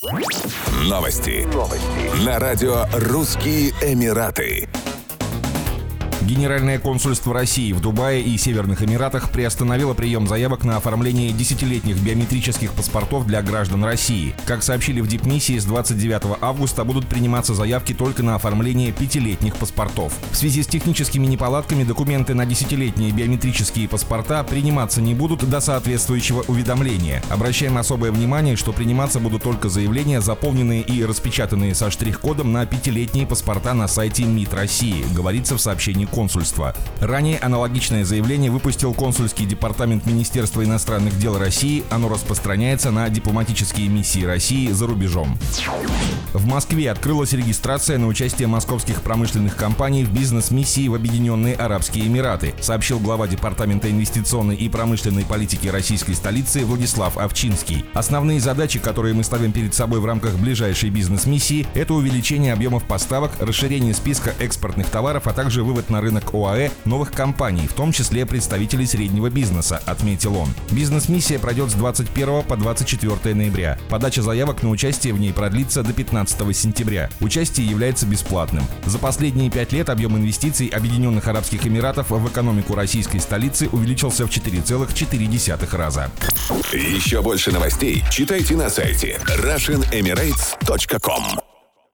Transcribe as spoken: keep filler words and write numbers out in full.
Новости. Новости. На радио «Русские Эмираты». Генеральное консульство России в Дубае и Северных Эмиратах приостановило прием заявок на оформление десятилетних биометрических паспортов для граждан России. Как сообщили в дипмиссии, с двадцать девятого августа будут приниматься заявки только на оформление пятилетних паспортов. В связи с техническими неполадками документы на десятилетние биометрические паспорта приниматься не будут до соответствующего уведомления. Обращаем особое внимание, что приниматься будут только заявления, заполненные и распечатанные со штрих-кодом на пятилетние паспорта на сайте МИД России, говорится в сообщении консульства. Ранее аналогичное заявление выпустил консульский департамент Министерства иностранных дел России. Оно распространяется на дипломатические миссии России за рубежом. В Москве открылась регистрация на участие московских промышленных компаний в бизнес-миссии в Объединенные Арабские Эмираты, сообщил глава Департамента инвестиционной и промышленной политики российской столицы Владислав Овчинский. Основные задачи, которые мы ставим перед собой в рамках ближайшей бизнес-миссии, это увеличение объемов поставок, расширение списка экспортных товаров, а также вывод на рынок ОАЭ новых компаний, в том числе представителей среднего бизнеса, отметил он. Бизнес-миссия пройдет с двадцать первого по двадцать четвёртое ноября. Подача заявок на участие в ней продлится до пятнадцатого сентября. Участие является бесплатным. За последние пять лет объем инвестиций Объединенных Арабских Эмиратов в экономику российской столицы увеличился в четыре целых четыре десятых раза. Еще больше новостей читайте на сайте Russian Emirates точка ком.